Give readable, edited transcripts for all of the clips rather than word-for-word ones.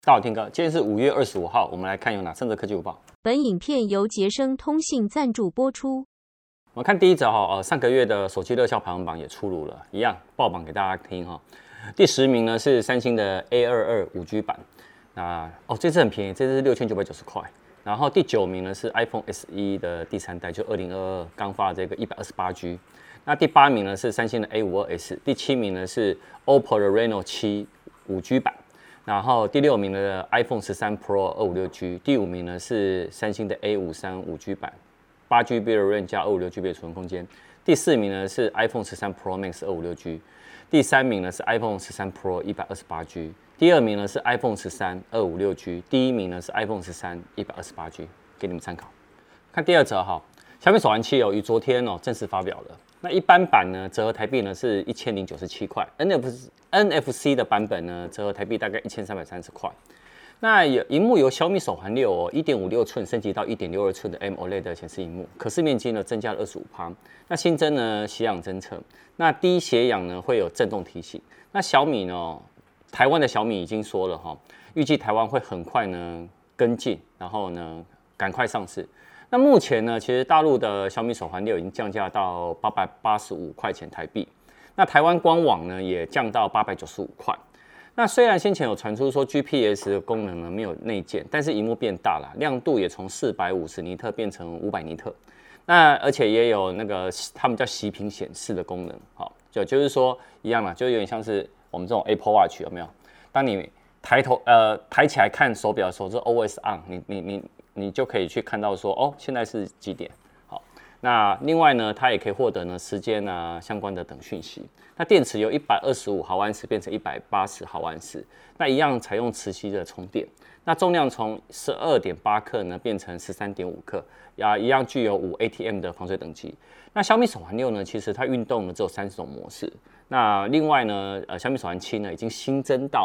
大家好，听哥，今天是5月25号，我们来看有哪3则科技午报。 本影片由杰生通信赞助播出。 我们看第一则哈，上个月的手机热销排行榜也出炉了，一样爆榜给大家听哈。第10名呢是三星的 A22 5G 版，那这次很便宜，这次是6990块。然后第9名呢是 iPhone SE 的第3代，就2022刚发这个128G。那第8名呢是三星的 A52S， 第7名呢是 OPPO 的 Reno 7 5G 版。然后第6名的 iPhone 13 Pro 256G， 第5名呢是三星的 A53 5G 版，8GB 的 RAM 加 256GB 的储存空间。第4名呢是 iPhone 13 Pro Max 256G， 第3名呢是 iPhone 13 Pro 128G， 第2名呢是 iPhone 13 256G， 第1名呢是 iPhone 13 128G， 给你们参考。看第2则哈，小米手环7于昨天正式发表了。那一般版呢，折合台币呢是1097块 ，NFC 的版本呢，折合台币大概1330块。那萤幕由小米手环6 1.56寸升级到1.62寸的 AMOLED 的显示萤幕，可视面积呢增加了25%。那新增呢血氧侦测，那低血氧呢会有震动提醒。那小米呢，台湾的小米已经说了哈，预计台湾会很快呢跟进，然后呢赶快上市。那目前呢，其实大陆的小米手环6已经降价到885块钱台币，那台湾官网呢也降到895块。那虽然先前有传出说 GPS 的功能呢没有内建，但是萤幕变大了，亮度也从450尼特变成500尼特。那而且也有那个他们叫息屏显示的功能，好，就是说一样嘛，就有点像是我们这种 Apple Watch 有没有？当你抬起来看手表的时候，是 Always On， 你就可以去看到说现在是几点。好，那另外呢，它也可以获得呢时间啊相关的等讯息。那电池由125毫安时变成180毫安时，那一样采用磁吸的充电。那重量从12.8克呢变成13.5克，一样具有5 ATM 的防水等级。那小米手环6呢，其实它运动呢只有30种模式。那另外呢，小米手环7呢已经新增到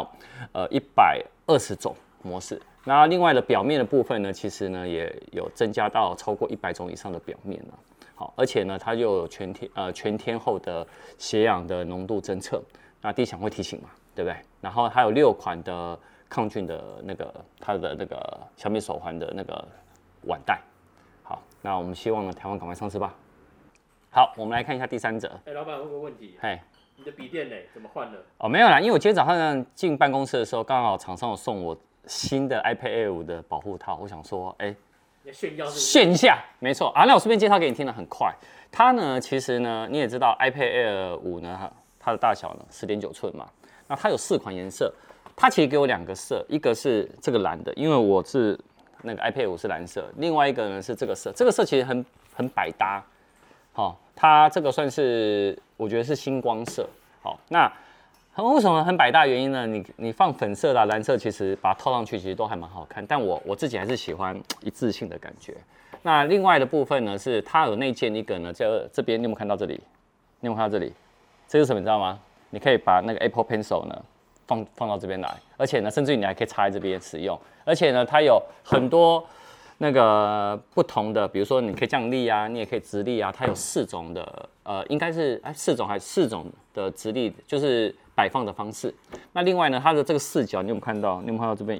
120种模式。那另外的表面的部分呢，其实呢也有增加到超过100种以上的表面了。好，而且呢它又有全天候的血氧的浓度侦测，那低响会提醒嘛，对不对？然后还有6款的抗菌的那个它的那个小米手环的那个腕带。好，那我们希望呢台湾赶快上市吧。好，我们来看一下第3则。 老板问个问题。你的笔电怎么换了？ 没有啦，因为我今天早上进办公室的时候，刚好厂商有送我新的 iPad Air 5的保护套，我想说，炫一下，没错啊。那我顺便介绍给你听了，很快。它呢，其实呢，你也知道 iPad Air 5呢，它的大小呢10.9寸嘛。那它有4款颜色，它其实给我2个色，一个是这个蓝的，因为我是那个 iPad Air 5是蓝色，另外一个呢是这个色，这个色其实很百搭。好，它这个算是我觉得是星光色。好，那为什么很百搭的原因呢？你放粉色啦、蓝色，其实把它套上去其实都还蛮好看。但我自己还是喜欢一致性的感觉。那另外的部分呢，是它有内建一个呢，这边你有没有看到这里？你有没有看到这里？这是什么？你知道吗？你可以把那个 Apple Pencil 呢放到这边来，而且呢，甚至于你还可以插在这边使用。而且呢，它有很多那个不同的，比如说你可以降力啊，你也可以直立啊，它有4种的，应该是4种还是4种的直立，就是摆放的方式。那另外呢，它的这个视角，你有没有看到？你有没有看到这边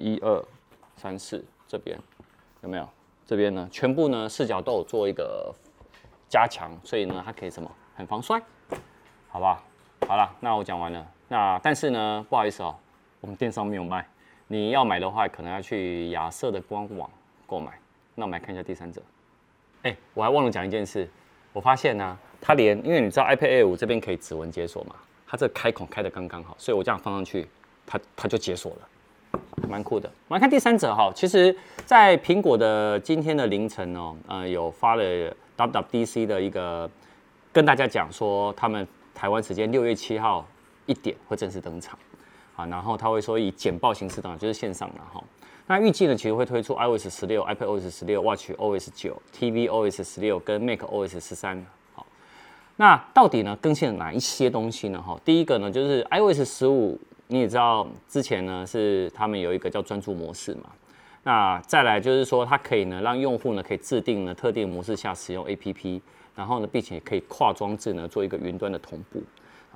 1、2、3、4这边有没有？这边呢，全部呢视角都有做一个加强，所以呢，它可以什么很防摔，好吧？好了，那我讲完了。那但是呢，不好意思我们电商没有卖，你要买的话，可能要去亚瑟的官网购买。那我们来看一下第3则。我还忘了讲一件事，我发现呢，它因为你知道 iPad Air 5这边可以指纹解锁嘛，它这个开孔开得刚刚好，所以我这样放上去，它就解锁了，蛮酷的。我们来看第3则哈，其实，在苹果的今天的凌晨有发了 WWDC 的一个跟大家讲说，他们台湾时间6月7号1点会正式登场啊，然后他会说以简报形式登场，就是线上了哈。那预计呢，其实会推出 iOS 16、iPadOS 16、watchOS 9、tvOS 16跟 macOS 13。好，那到底呢更新了哪一些东西呢？第一个呢，就是 iOS 15，你也知道之前呢是他们有一个叫专注模式嘛。那再来就是说，它可以呢让用户呢可以制定呢特定模式下使用 APP， 然后呢并且可以跨装置呢做一个云端的同步。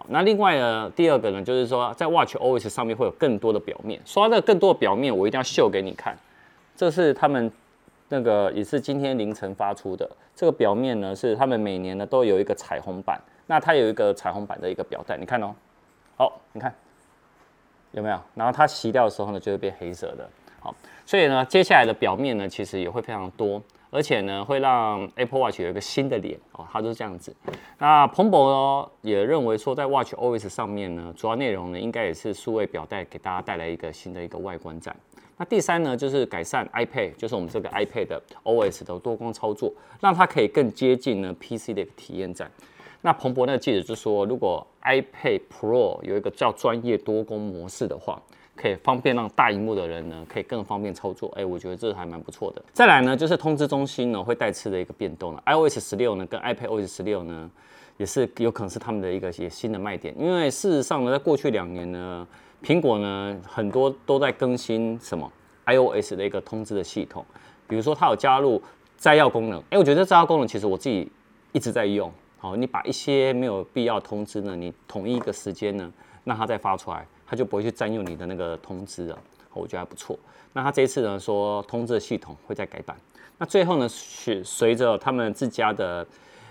好，那另外呢，第二个呢，就是说在 Watch OS 上面会有更多的表面。说到这个更多的表面，我一定要秀给你看。这是他们那个也是今天凌晨发出的。这个表面呢，是他们每年呢都有一个彩虹版。那它有一个彩虹版的一个表带，你看哦。好，你看有没有？然后它熄掉的时候呢，就会变黑色的。好，所以呢，接下来的表面呢，其实也会非常多。而且呢，会让 Apple Watch 有一个新的脸哦，它就是这样子。那彭博呢也认为说，在 Watch OS 上面呢，主要内容呢应该也是数位表带给大家带来一个新的一个外观战。那第三呢，就是改善 iPad， 就是我们这个 iPad 的 OS 的多光操作，让它可以更接近呢 PC 的一个体验战。那彭博那个记者就说，如果 iPad Pro 有一个叫专业多工模式的话，可以方便让大萤幕的人呢，可以更方便操作。我觉得这还蛮不错的。再来呢，就是通知中心呢会带次的一个变动了。iOS 16呢跟 iPadOS 16呢，也是有可能是他们的一个也新的卖点。因为事实上呢，在过去2年呢，苹果呢很多都在更新什么 iOS 的一个通知的系统，比如说它有加入摘要功能。我觉得摘要功能其实我自己一直在用。好，你把一些没有必要的通知呢，你统一一个时间呢，让它再发出来。它就不会去占用你的那个通知了，我觉得还不错。那它这一次呢说通知的系统会再改版。那最后呢，随着他们自家的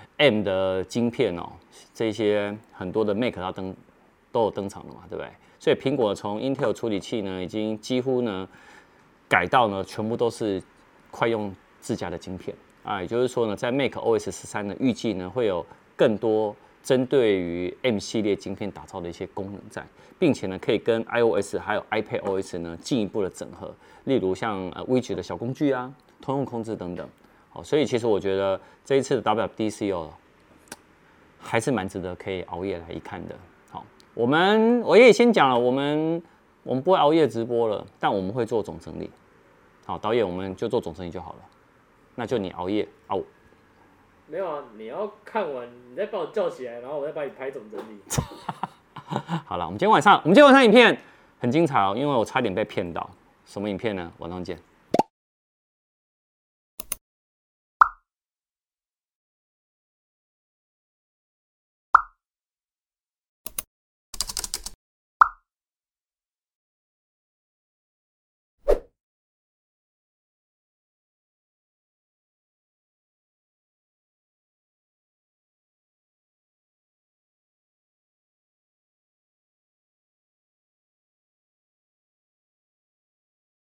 M 的晶片哦，这些很多的 Mac 它都有登场了嘛，对不对？所以苹果从 Intel 处理器呢，已经几乎呢改到呢全部都是快用自家的晶片啊，也就是说呢，在 Mac OS 13呢，预计呢会有更多针对于 M 系列晶片打造的一些功能在，并且呢，可以跟 iOS 还有 iPadOS 呢进一步的整合，例如像widget 的小工具啊、通用控制等等。好，所以其实我觉得这一次的 WWDC 哦，还是蛮值得可以熬夜来一看的。好，我也先讲了，我们不会熬夜直播了，但我们会做总整理。好，导演我们就做总整理就好了，那就你熬夜啊我。 没有啊，你要看完，你再把我叫起来，然后我再帮你拍总整理。 好了，我们今天晚上影片很精彩哦，因为我差点被骗到。什么影片呢？晚上见。